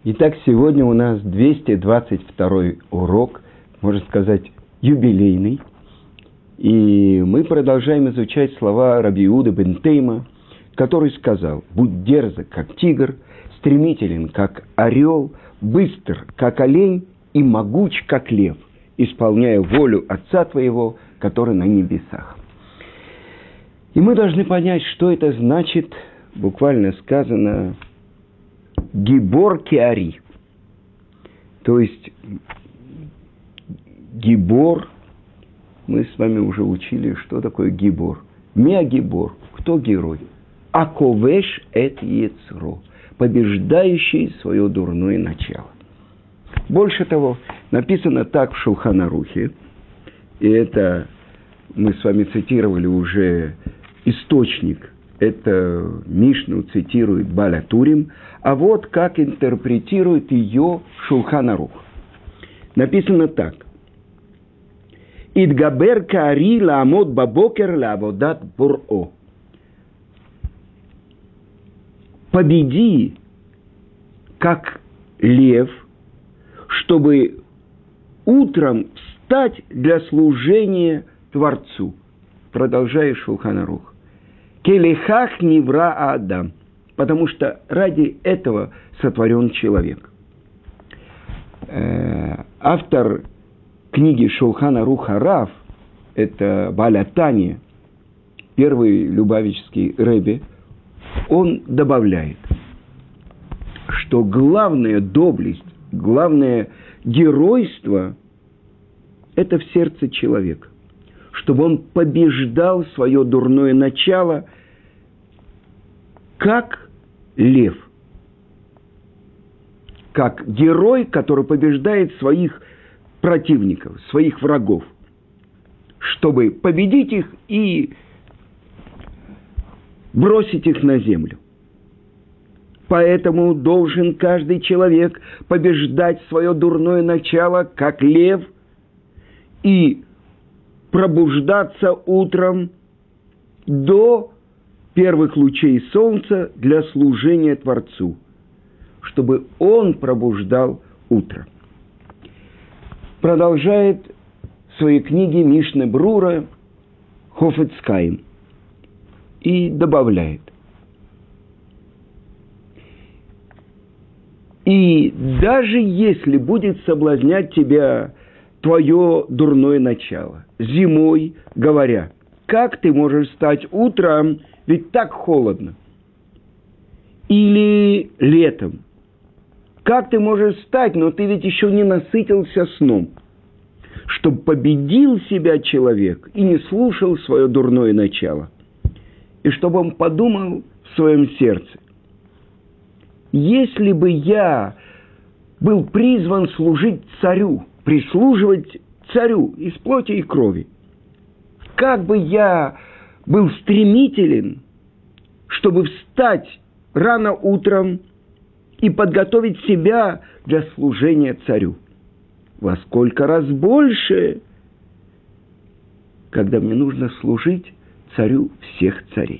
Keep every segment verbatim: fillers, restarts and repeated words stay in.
Итак, сегодня у нас двести двадцать второй урок, можно сказать, юбилейный. И мы продолжаем изучать слова Раби Иуды бен Тейма, который сказал: «Будь дерзок, как тигр, стремителен, как орел, быстр, как олень и могуч, как лев, исполняя волю Отца твоего, который на небесах». И мы должны понять, что это значит, буквально сказано, «гибор кеари». То есть, гибор, мы с вами уже учили, что такое гибор. Меа гибор, кто герой? Аковеш эт ецро, побеждающий свое дурное начало. Больше того, написано так в Шулхан Арухе, и это мы с вами цитировали уже источник, это Мишну цитирует Бааль ха-Турим, а вот как интерпретирует ее Шулхан Арух. Написано так: «Идгабер каари лаамод бабокер лааводат буро». Победи, как лев, чтобы утром встать для служения Творцу. Продолжает Шулхан Арух. «Келехах невра Адам», потому что ради этого сотворен человек. Э, автор книги Шулхан Арух Рав, это Бааль ха-Тания, первый любавический ребе, он добавляет, что главная доблесть, главное геройство – это в сердце человека, чтобы он побеждал свое дурное начало, как лев, как герой, который побеждает своих противников, своих врагов, чтобы победить их и бросить их на землю. Поэтому должен каждый человек побеждать свое дурное начало, как лев, и пробуждаться утром до первых лучей солнца для служения Творцу, чтобы он пробуждал утро. Продолжает в своей книге Мишне Брура Хофец Хаим и добавляет: «И даже если будет соблазнять тебя твое дурное начало, зимой говоря, как ты можешь встать утром, ведь так холодно, или летом, как ты можешь встать, но ты ведь еще не насытился сном», чтобы победил себя человек и не слушал свое дурное начало, и чтобы он подумал в своем сердце: если бы я был призван служить царю, прислуживать царю из плоти и крови, как бы я был стремителен, чтобы встать рано утром и подготовить себя для служения царю. Во сколько раз больше, когда мне нужно служить царю всех царей.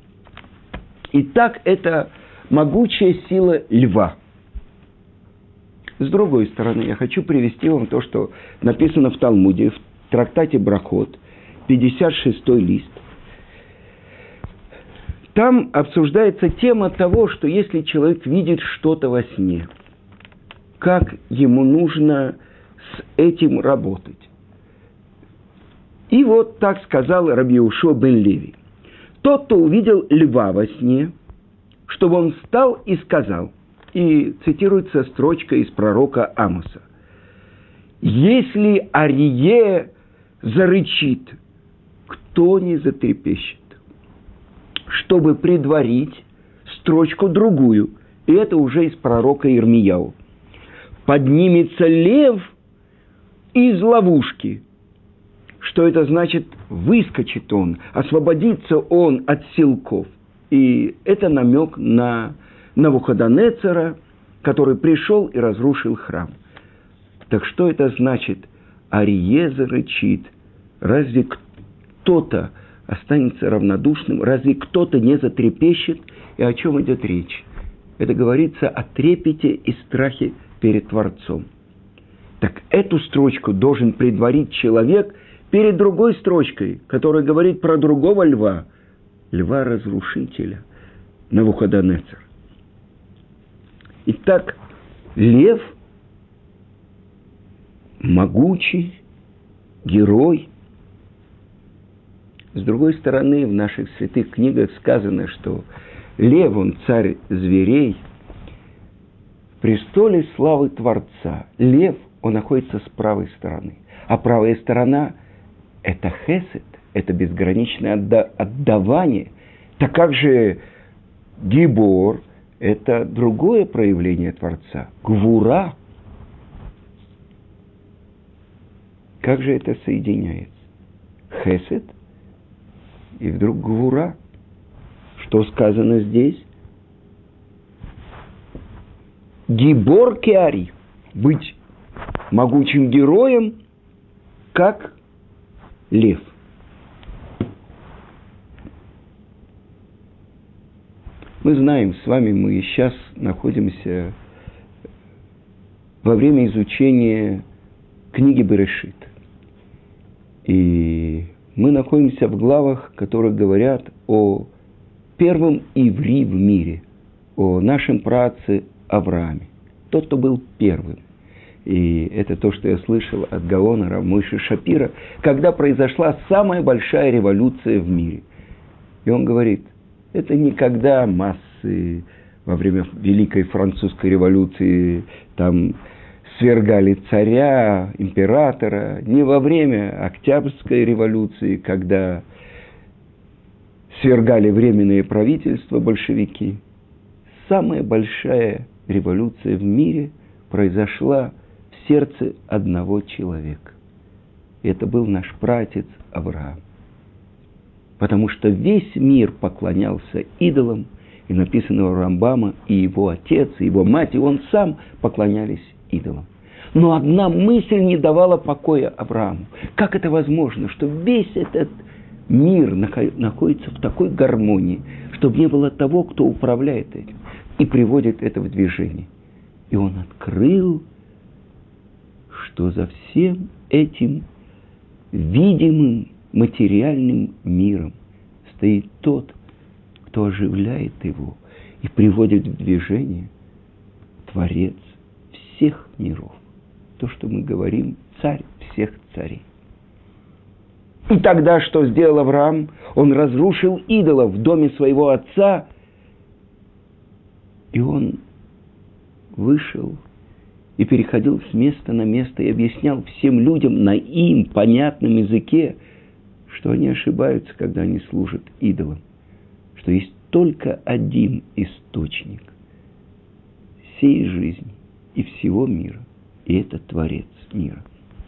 Итак, это могучая сила льва. С другой стороны, я хочу привести вам то, что написано в Талмуде, в трактате Брахот, пятьдесят шестой лист. Там обсуждается тема того, что если человек видит что-то во сне, как ему нужно с этим работать. И вот так сказал Раби Йеошуа бен Леви: тот, кто увидел льва во сне, чтобы он встал и сказал, и цитируется строчка из пророка Амоса: «Если арие зарычит, кто не затрепещет?» Чтобы предварить строчку другую, и это уже из пророка Ирмияу: «Поднимется лев из ловушки». Что это значит? Выскочит он, освободится он от силков. И это намек на Навуходонецера, который пришел и разрушил храм. Так что это значит? Арие зарычит. Разве кто-то останется равнодушным? Разве кто-то не затрепещет? И о чем идет речь? Это говорится о трепете и страхе перед Творцом. Так эту строчку должен предварить человек перед другой строчкой, которая говорит про другого льва, льва-разрушителя, Навуходоносор. Итак, лев могучий, герой. С другой стороны, в наших святых книгах сказано, что лев, он царь зверей, в престоле славы Творца. Лев, он находится с правой стороны. А правая сторона – это хесед, это безграничное отда- отдавание. Так как же гибор – это другое проявление Творца, гвура. Как же это соединяется? Хесед и вдруг гвура. Что сказано здесь? Гибор кеари. Быть могучим героем, как лев. Мы знаем, с вами мы сейчас находимся во время изучения книги Берешит. И мы находимся в главах, которые говорят о первом иври в мире, о нашем праотце Аврааме. Тот, кто был первым. И это то, что я слышал от Гаона Рав Мойше Шапира, когда произошла самая большая революция в мире. И он говорит, это никогда массы во время Великой Французской революции там свергали царя, императора, не во время Октябрьской революции, когда свергали временные правительства большевики. Самая большая революция в мире произошла в сердце одного человека. И это был наш праотец Авраам. Потому что весь мир поклонялся идолам, и написано у Рамбама, и его отец, и его мать, и он сам поклонялись идолам. Но одна мысль не давала покоя Аврааму. Как это возможно, что весь этот мир находится в такой гармонии, чтобы не было того, кто управляет этим и приводит это в движение? И он открыл, что за всем этим видимым материальным миром стоит тот, кто оживляет его и приводит в движение Творец всех миров. То, что мы говорим, царь всех царей. И тогда что сделал Авраам? Он разрушил идолов в доме своего отца, и он вышел и переходил с места на место и объяснял всем людям на им понятном языке, что они ошибаются, когда они служат идолам, что есть только один источник всей жизни и всего мира, и это Творец мира.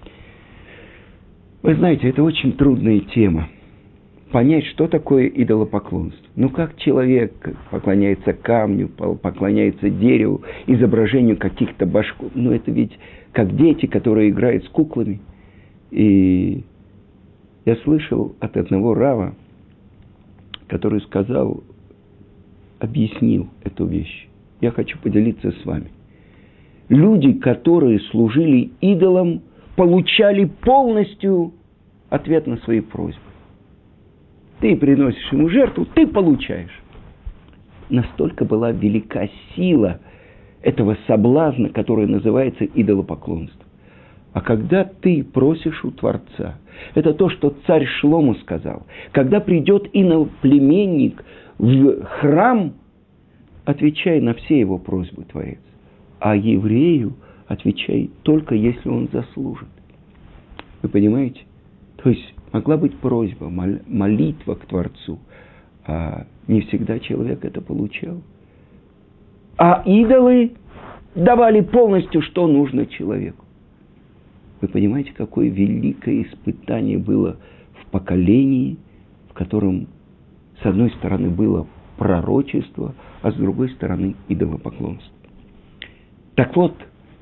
Вы знаете, это очень трудная тема. Понять, что такое идолопоклонство. Ну, как человек поклоняется камню, поклоняется дереву, изображению каких-то башков. Ну, это ведь как дети, которые играют с куклами. И я слышал от одного рава, который сказал, объяснил эту вещь. Я хочу поделиться с вами. Люди, которые служили идолам, получали полностью ответ на свои просьбы. Ты приносишь ему жертву, ты получаешь. Настолько была велика сила этого соблазна, который называется идолопоклонство. А когда ты просишь у Творца, это то, что царь Шлому сказал, когда придет иноплеменник в храм, отвечай на все его просьбы, Творец. А еврею отвечай только, если он заслужит. Вы понимаете? То есть могла быть просьба, молитва к Творцу, а не всегда человек это получал. А идолы давали полностью, что нужно человеку. Вы понимаете, какое великое испытание было в поколении, в котором с одной стороны было пророчество, а с другой стороны идолопоклонство. Так вот,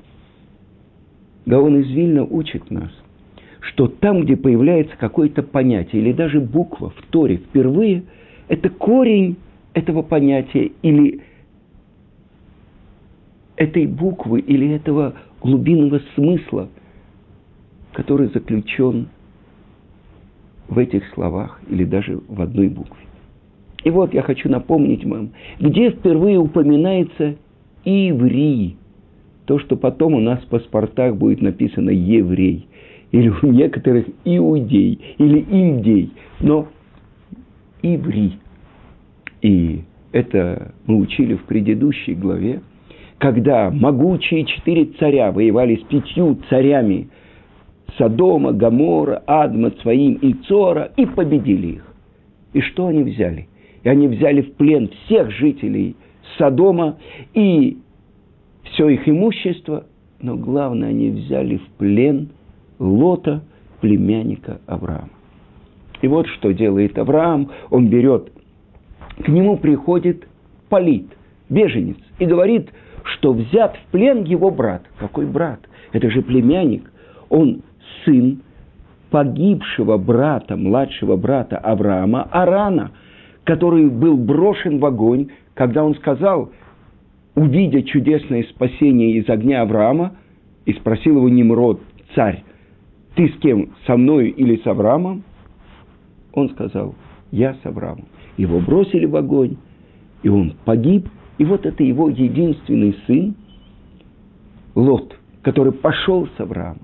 Гаон из Вильна учит нас, что там, где появляется какое-то понятие, или даже буква в Торе впервые, это корень этого понятия, или этой буквы или этого глубинного смысла, который заключен в этих словах или даже в одной букве. И вот я хочу напомнить вам, где впервые упоминается иври, то, что потом у нас в паспортах будет написано еврей, или у некоторых иудей, или иудей, но иври. И это мы учили в предыдущей главе, когда могучие четыре царя воевали с пятью царями Содома, Гомора, Адма, Цваим и Цора и победили их. И что они взяли? И они взяли в плен всех жителей Содома и все их имущество, но главное, они взяли в плен Лота, племянника Авраама. И вот что делает Авраам. Он берет, к нему приходит Палит, беженец, и говорит, что взят в плен его брат. Какой брат? Это же племянник. Он сын погибшего брата, младшего брата Авраама, Арана, который был брошен в огонь, когда он сказал, увидя чудесное спасение из огня Авраама, и спросил его Нимрод, царь, ты с кем, со мной или с Авраамом? Он сказал, я с Авраамом. Его бросили в огонь, и он погиб. И вот это его единственный сын, Лот, который пошел с Авраамом.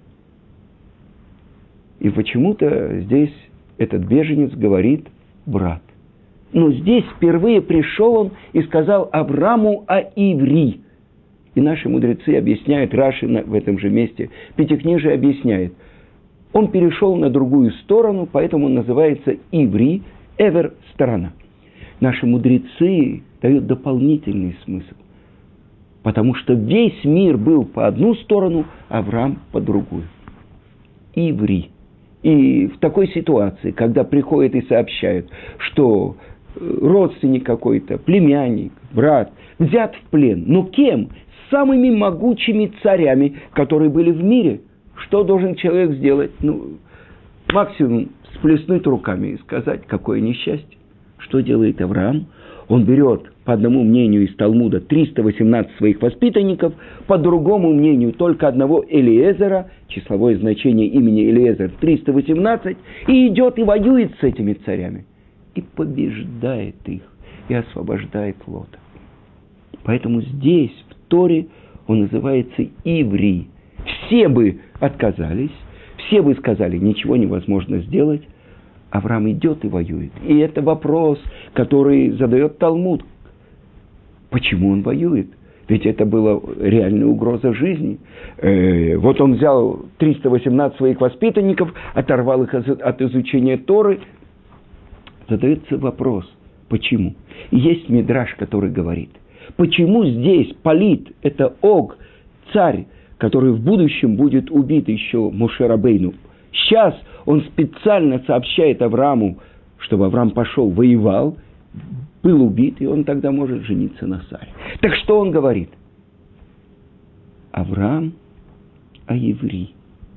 И почему-то здесь этот беженец говорит брат. Но здесь впервые пришел он и сказал Аврааму о иври. И наши мудрецы объясняют, Раши в этом же месте, Пятикнижие объясняет. Он перешел на другую сторону, поэтому он называется иври, эвер, сторона. Наши мудрецы дают дополнительный смысл. Потому что весь мир был по одну сторону, Авраам по другую. Иври. И в такой ситуации, когда приходят и сообщают, что родственник какой-то, племянник, брат, взят в плен. Но кем? Самыми могучими царями, которые были в мире. Что должен человек сделать? Ну, максимум сплеснуть руками и сказать, какое несчастье. Что делает Авраам? Он берет, по одному мнению из Талмуда, триста восемнадцать своих воспитанников, по другому мнению только одного Элиезера, числовое значение имени Элиезер триста восемнадцать, и идет и воюет с этими царями. И побеждает их, и освобождает Лота. Поэтому здесь, в Торе, он называется иври. Все бы отказались, все бы сказали, ничего невозможно сделать. Авраам идет и воюет. И это вопрос, который задает Талмуд. Почему он воюет? Ведь это была реальная угроза жизни. Э, вот он взял триста восемнадцать своих воспитанников, оторвал их от изучения Торы. Задается вопрос, почему? И есть мидраш, который говорит, почему здесь Палит, это Ог, царь, который в будущем будет убит еще Моше Рабейну. Сейчас он специально сообщает Аврааму, чтобы Авраам пошел, воевал, был убит, и он тогда может жениться на Саре. Так что он говорит? Авраам о еврей.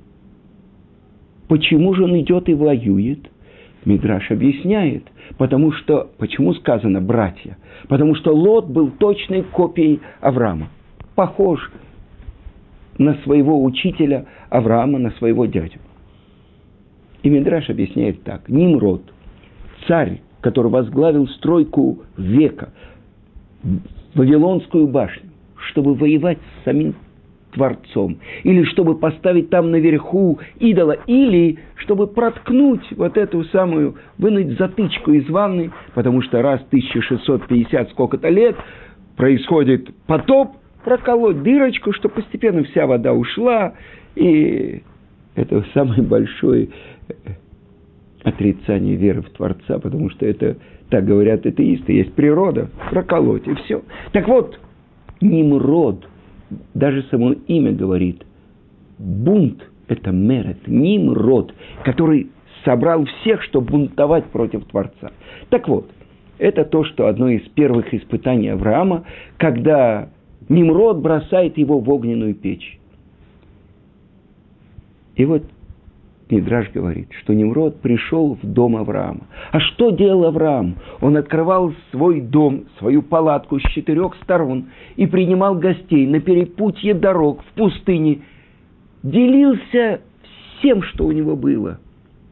Почему же он идет и воюет? Мидраш объясняет, потому что, почему сказано братья? Потому что Лот был точной копией Авраама, похож на своего учителя Авраама, на своего дядю. И Мидраш объясняет так. Нимрод, царь, который возглавил стройку века, Вавилонскую башню, чтобы воевать с самим Творцом, или чтобы поставить там наверху идола, или чтобы проткнуть вот эту самую, вынуть затычку из ванны, потому что раз в тысяча шестьсот пятьдесят сколько-то лет происходит потоп, проколоть дырочку, чтобы постепенно вся вода ушла, и это самое большое отрицание веры в Творца, потому что это, так говорят атеисты, есть природа, проколоть, и все. Так вот, Нимрод, даже само имя говорит, бунт – это мерет, Нимрод, который собрал всех, чтобы бунтовать против Творца. Так вот, это то, что одно из первых испытаний Авраама, когда Нимрод бросает его в огненную печь. И вот Мидраш говорит, что Nimrod пришел в дом Авраама. А что делал Авраам? Он открывал свой дом, свою палатку с четырех сторон и принимал гостей на перепутье дорог в пустыне. Делился всем, что у него было,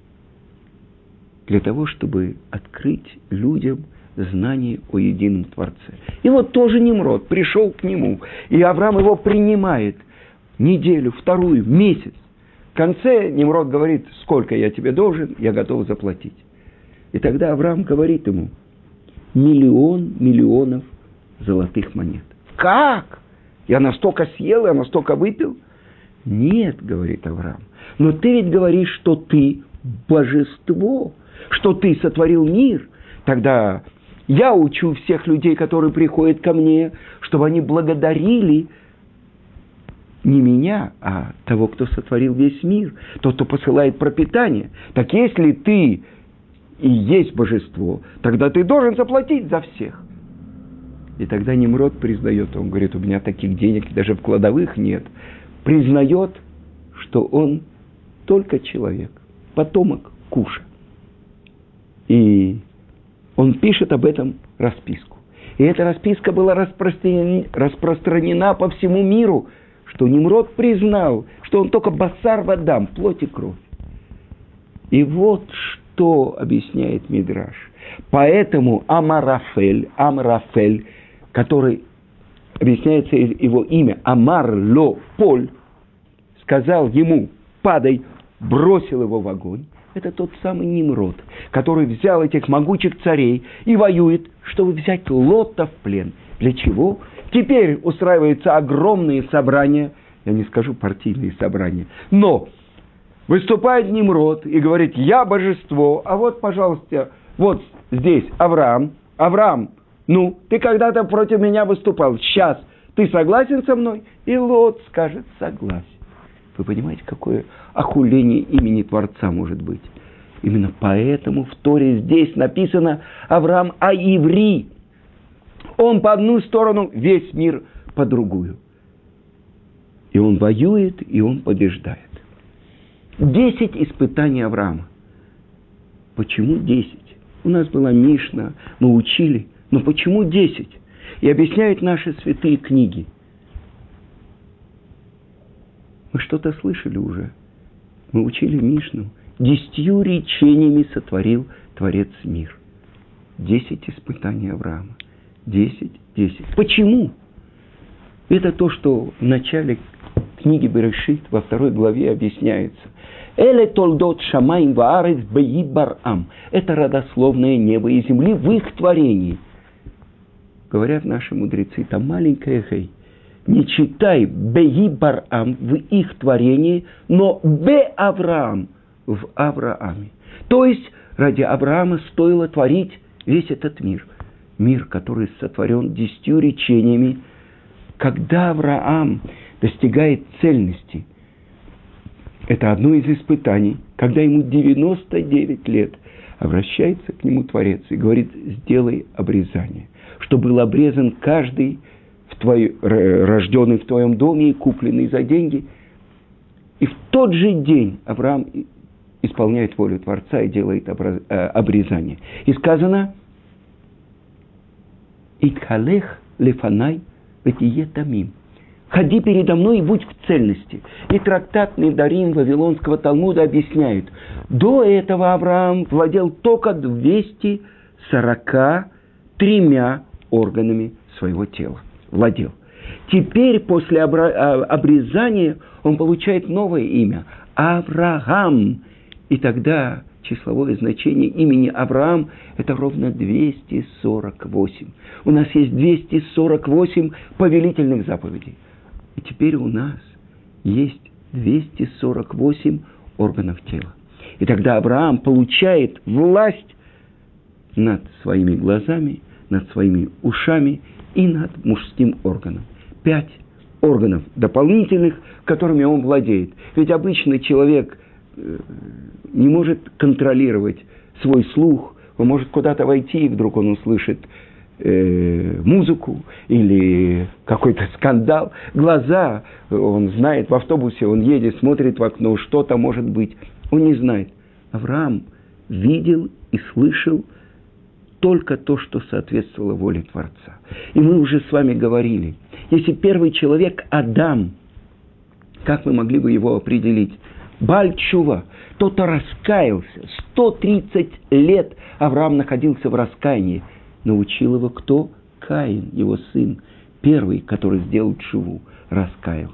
для того, чтобы открыть людям знание о едином Творце. И вот тоже Nimrod пришел к нему, и Авраам его принимает неделю, вторую, месяц. В конце Nimrod говорит, сколько я тебе должен, я готов заплатить. И тогда Авраам говорит ему, миллион миллионов золотых монет. Как? Я настолько съел, я настолько выпил? Нет, говорит Авраам. Но ты ведь говоришь, что ты божество, что ты сотворил мир. Тогда я учу всех людей, которые приходят ко мне, чтобы они благодарили не меня, а того, кто сотворил весь мир, тот, кто посылает пропитание. Так если ты и есть божество, тогда ты должен заплатить за всех. И тогда Nimrod признает, он говорит, у меня таких денег даже в кладовых нет. Признает, что он только человек, потомок Куша. И он пишет об этом расписку. И эта расписка была распространена, распространена по всему миру, что Nimrod признал, что он только басар вадам, плоть и кровь. И вот что объясняет Мидраш. Поэтому Амарафель, Амарафель, который объясняется его имя, Амар ло поль, сказал ему, падай, бросил его в огонь. Это тот самый Nimrod, который взял этих могучих царей и воюет, чтобы взять Лота в плен. Для чего? Теперь устраиваются огромные собрания, я не скажу партийные собрания, но выступает Nimrod и говорит, я божество, а вот, пожалуйста, вот здесь Авраам, Авраам, ну, ты когда-то против меня выступал, сейчас ты согласен со мной? И Лот скажет, согласен. Вы понимаете, какое охуление имени Творца может быть? Именно поэтому в Торе здесь написано Авраам а-Иври. Он по одну сторону, весь мир по другую. И он воюет, и он побеждает. Десять испытаний Авраама. Почему десять? У нас была Мишна, мы учили. Но почему десять? И объясняют наши святые книги. Мы что-то слышали уже. Мы учили Мишну. Десятью речениями сотворил Творец мир. Десять испытаний Авраама. Десять, десять. Почему? Это то, что в начале книги Берешит, во второй главе объясняется. Эле толдот шамаим ваарец беи барам. Это родословное неба и земли в их творении. Говорят наши мудрецы, там маленькая хей. Не читай беи барам в их творении, но бе Авраам в Аврааме. То есть ради Авраама стоило творить весь этот мир. Мир, который сотворен десятью речениями. Когда Авраам достигает цельности, это одно из испытаний, когда ему девяносто девять лет, обращается к нему Творец и говорит, сделай обрезание, что был обрезан каждый, в твой, рожденный в твоем доме и купленный за деньги. И в тот же день Авраам исполняет волю Творца и делает образ, э, обрезание. И сказано, «Итхалех лефанай ветие тамим». Ходи передо мной и будь в цельности. И трактат Недарим Вавилонского Талмуда объясняет, до этого Авраам владел только двумястами сорока тремя органами своего тела. Владел. Теперь после обрезания он получает новое имя – Авраам. И тогда числовое значение имени Авраам – это ровно двести сорок восемь. У нас есть двести сорок восемь повелительных заповедей. И теперь у нас есть двести сорок восемь органов тела. И тогда Авраам получает власть над своими глазами, над своими ушами и над мужским органом. Пять органов дополнительных, которыми он владеет. Ведь обычный человек не может контролировать свой слух. Он может куда-то войти, и вдруг он услышит э, музыку или какой-то скандал. Глаза, он знает, в автобусе он едет, смотрит в окно, что-то может быть. Он не знает. Авраам видел и слышал только то, что соответствовало воле Творца. И мы уже с вами говорили, если первый человек Адам, как мы могли бы его определить? Бааль тшува, тот, кто раскаялся. сто тридцать лет Авраам находился в раскаянии. Научил его кто? Каин, его сын. Первый, который сделал тшуву, раскаялся.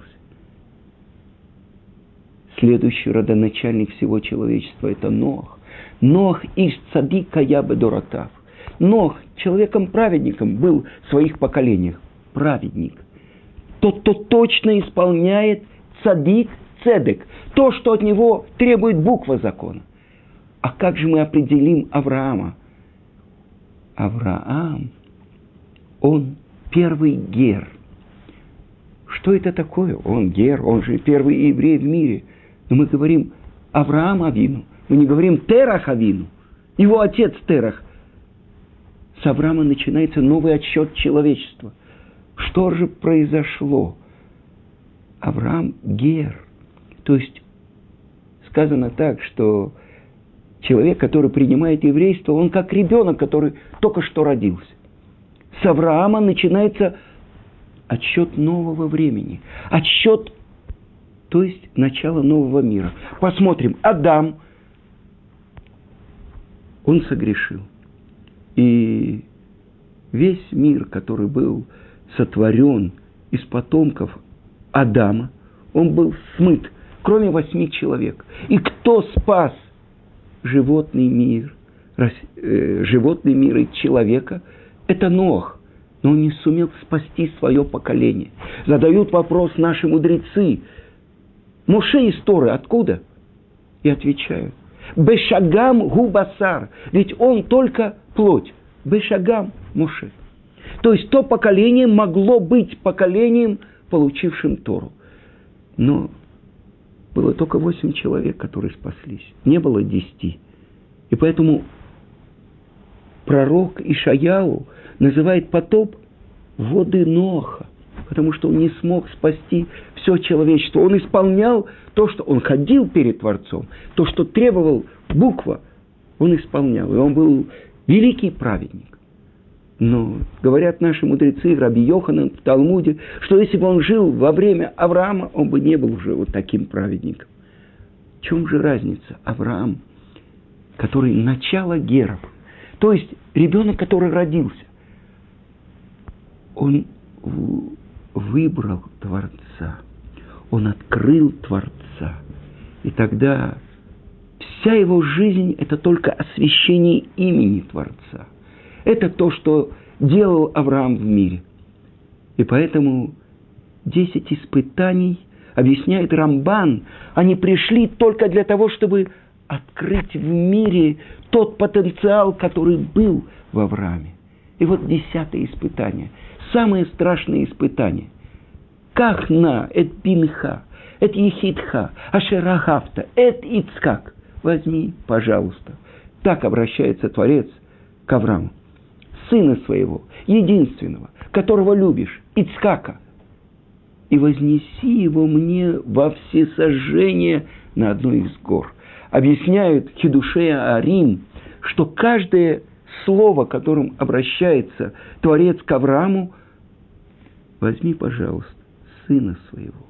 Следующий родоначальник всего человечества – это Ноах. Ноах иш цадик я бедоратав. Ноах человеком-праведником был в своих поколениях. Праведник. Тот, кто точно исполняет цадик, цедек. То, что от него требует буква закона. А как же мы определим Авраама? Авраам, он первый гер. Что это такое? Он гер, он же первый еврей в мире. Но мы говорим Авраам Авину. Мы не говорим Терах Авину. Его отец Терах. С Авраама начинается новый отсчет человечества. Что же произошло? Авраам гер. То есть сказано так, что человек, который принимает еврейство, он как ребенок, который только что родился. С Авраама начинается отсчет нового времени. Отсчет, то есть начало нового мира. Посмотрим. Адам, он согрешил. И весь мир, который был сотворен из потомков Адама, он был смыт, кроме восьми человек. И кто спас животный мир, э, животный мир и человека? Это Ноах. Но он не сумел спасти свое поколение. Задают вопрос наши мудрецы. Моше из Торы откуда? И отвечают. Бешагам губасар. Ведь он только плоть. Бешагам Моше. То есть то поколение могло быть поколением, получившим Тору. Но было только восемь человек, которые спаслись. Не было десяти. И поэтому пророк Ишаяу называет потоп воды Ноаха. Потому что он не смог спасти все человечество. Он исполнял то, что он ходил перед Творцом. То, что требовал буква, он исполнял. И он был великий праведник. Но говорят наши мудрецы, Раби Йоханан в Талмуде, что если бы он жил во время Авраама, он бы не был уже вот таким праведником. В чем же разница? Авраам, который начало геров, то есть ребенок, который родился, он выбрал Творца, он открыл Творца. И тогда вся его жизнь – это только освящение имени Творца. Это то, что делал Авраам в мире. И поэтому десять испытаний, объясняет Рамбан, они пришли только для того, чтобы открыть в мире тот потенциал, который был в Аврааме. И вот десятое испытание, самое страшное испытание. Кахна, эт бинха, эт ехидха, ашерахавта, эт ицкак. Возьми, пожалуйста. Так обращается Творец к Аврааму. Сына своего, единственного, которого любишь, Ицкака, и вознеси его мне во всесожжение на одной из гор. Объясняют Хидушей Аарим, что каждое слово, которым обращается Творец к Аврааму, возьми, пожалуйста, сына своего,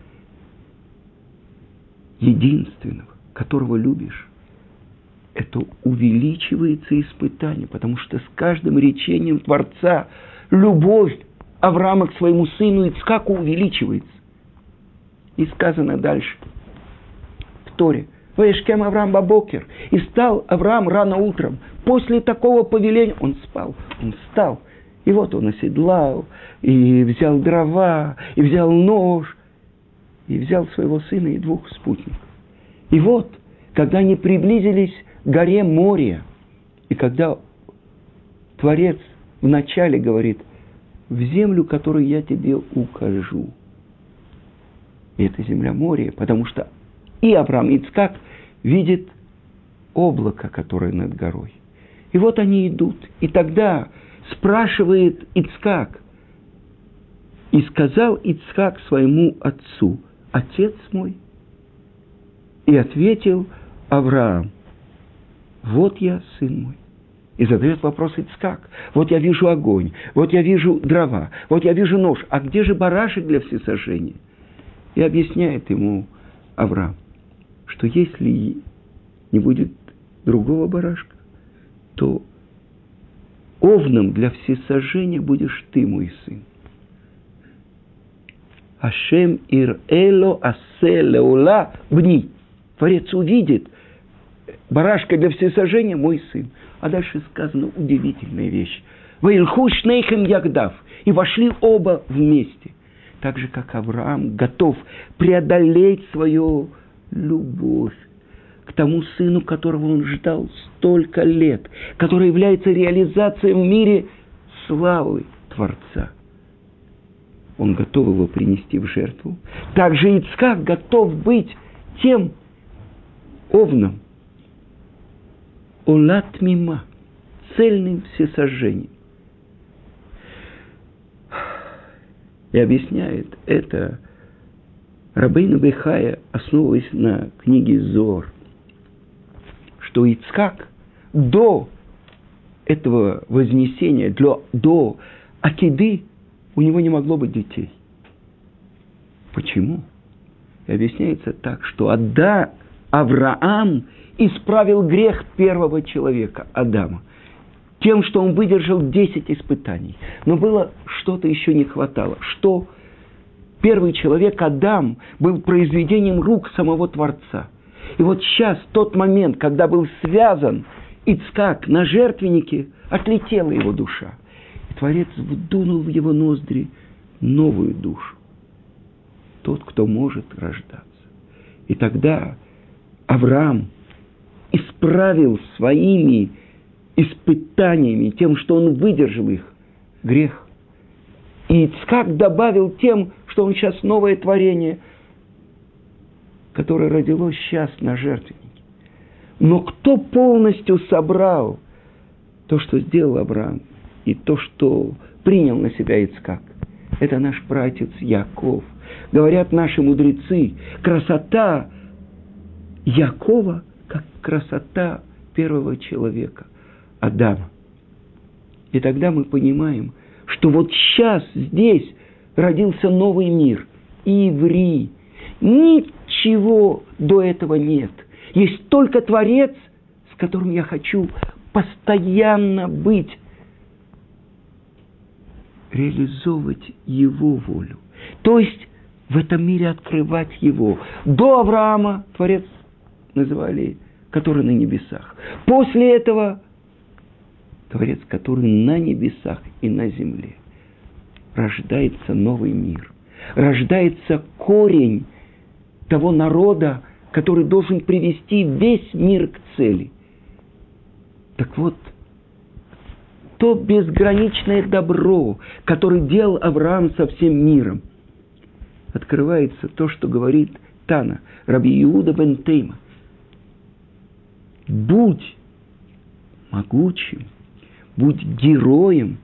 единственного, которого любишь. Это увеличивается испытание, потому что с каждым речением Творца любовь Авраама к своему сыну Ицкаку увеличивается. И сказано дальше в Торе: «Ваешкем Авраам бабокер». И встал Авраам рано утром. После такого повеления он спал, он встал. И вот он оседлал, и взял дрова, и взял нож, и взял своего сына и двух спутников. И вот, когда они приблизились к горе Мория, и когда Творец вначале говорит: в землю, которую я тебе укажу. И это земля Мория, потому что и Авраам, и Ицкак видят облако, которое над горой. И вот они идут. И тогда спрашивает Ицкак. И сказал Ицкак своему отцу: отец мой. И ответил Авраам: вот я, сын мой. И задает вопрос Ицхак: вот я вижу огонь, вот я вижу дрова, вот я вижу нож, а где же барашек для всесожжения? И объясняет ему Авраам, что если не будет другого барашка, то овном для всесожжения будешь ты, мой сын. Ашем ир эло асе леула бни. Творец увидит барашка для всесожжения, мой сын. А дальше сказана удивительная вещь. Ваильху шнейхем ягдав. И вошли оба вместе. Так же, как Авраам готов преодолеть свою любовь к тому сыну, которого он ждал столько лет, который является реализацией в мире славы Творца. Он готов его принести в жертву. Также Ицхак готов быть тем овном, олат мима, цельным всесожжением. И объясняет это Рабейну Бехая, основываясь на книге Зоар, что Ицхак до этого вознесения, до, до акиды, у него не могло быть детей. Почему? И объясняется так, что Ада, Авраам исправил грех первого человека, Адама, тем, что он выдержал десять испытаний. Но было что-то еще не хватало. Что первый человек, Адам, был произведением рук самого Творца. И вот сейчас, тот момент, когда был связан Ицхак на жертвеннике, отлетела его душа. И Творец вдунул в его ноздри новую душу. Тот, кто может рождаться. И тогда Авраам исправил своими испытаниями, тем, что он выдержал их, грех. И Ицхак добавил тем, что он сейчас новое творение, которое родилось сейчас на жертвеннике. Но кто полностью собрал то, что сделал Авраам, и то, что принял на себя Ицхак? Это наш праотец Яков. Говорят наши мудрецы, красота Якова, как красота первого человека, Адама. И тогда мы понимаем, что вот сейчас здесь родился новый мир, иври. Ничего до этого нет. Есть только Творец, с которым я хочу постоянно быть, реализовывать Его волю. То есть в этом мире открывать Его. До Авраама Творец называли, который на небесах. После этого Творец, который на небесах и на земле. Рождается новый мир. Рождается корень того народа, который должен привести весь мир к цели. Так вот, то безграничное добро, которое делал Авраам со всем миром, открывается то, что говорит Тана, Раби Иуда бен Тейма. Будь могучим, будь героем,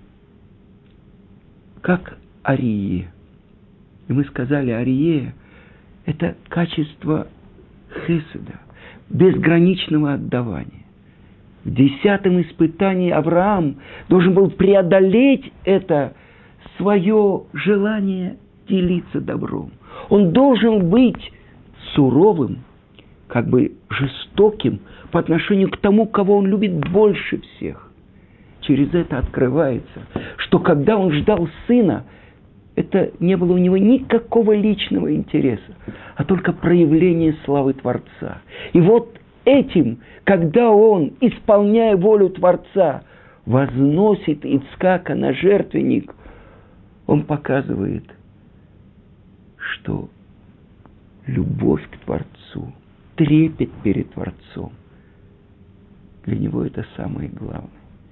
как Арие. И мы сказали, Арие – это качество хеседа, безграничного отдавания. В десятом испытании Авраам должен был преодолеть это свое желание делиться добром. Он должен быть суровым, как бы жестоким по отношению к тому, кого он любит больше всех. Через это открывается, что когда он ждал сына, это не было у него никакого личного интереса, а только проявление славы Творца. И вот этим, когда он, исполняя волю Творца, возносит Ицхака на жертвенник, он показывает, что любовь к Творцу, трепет перед Творцом, для него это самое главное.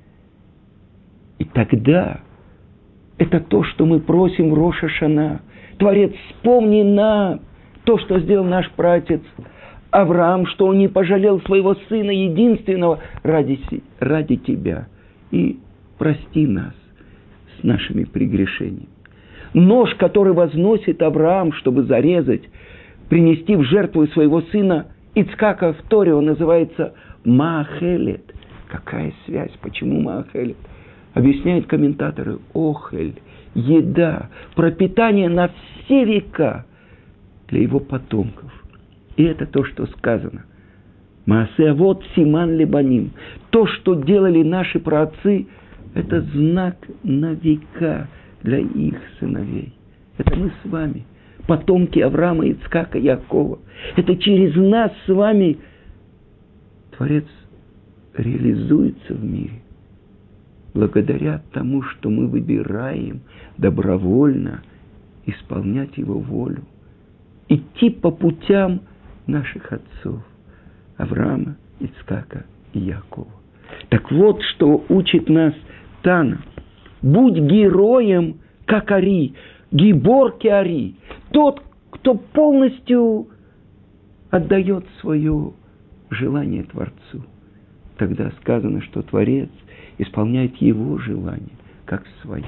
И тогда это то, что мы просим в Рош ха-Шана. Творец, вспомни нам то, что сделал наш праотец Авраам, что он не пожалел своего сына единственного ради, ради тебя. И прости нас с нашими прегрешениями. Нож, который возносит Авраам, чтобы зарезать, принести в жертву своего сына, Ицкака в Торе он называется Маахелет. Какая связь? Почему Маахелет? Объясняют комментаторы. Охель, еда, пропитание на все века для его потомков. И это то, что сказано. Маасе авот симан лебаним. То, что делали наши праотцы, это знак на века для их сыновей. Это мы с вами, потомки Авраама, Ицкака, Якова. Это через нас с вами Творец реализуется в мире. Благодаря тому, что мы выбираем добровольно исполнять Его волю. Идти по путям наших отцов. Авраама, Ицкака и Якова. Так вот, что учит нас Тана. Будь героем, как Ари, гибор ки-Ари. Тот, кто полностью отдает свое желание Творцу. Тогда сказано, что Творец исполняет его желание, как свое.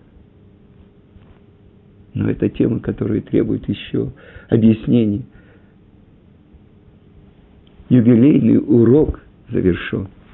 Но это тема, которая требует еще объяснений. Юбилейный урок завершен.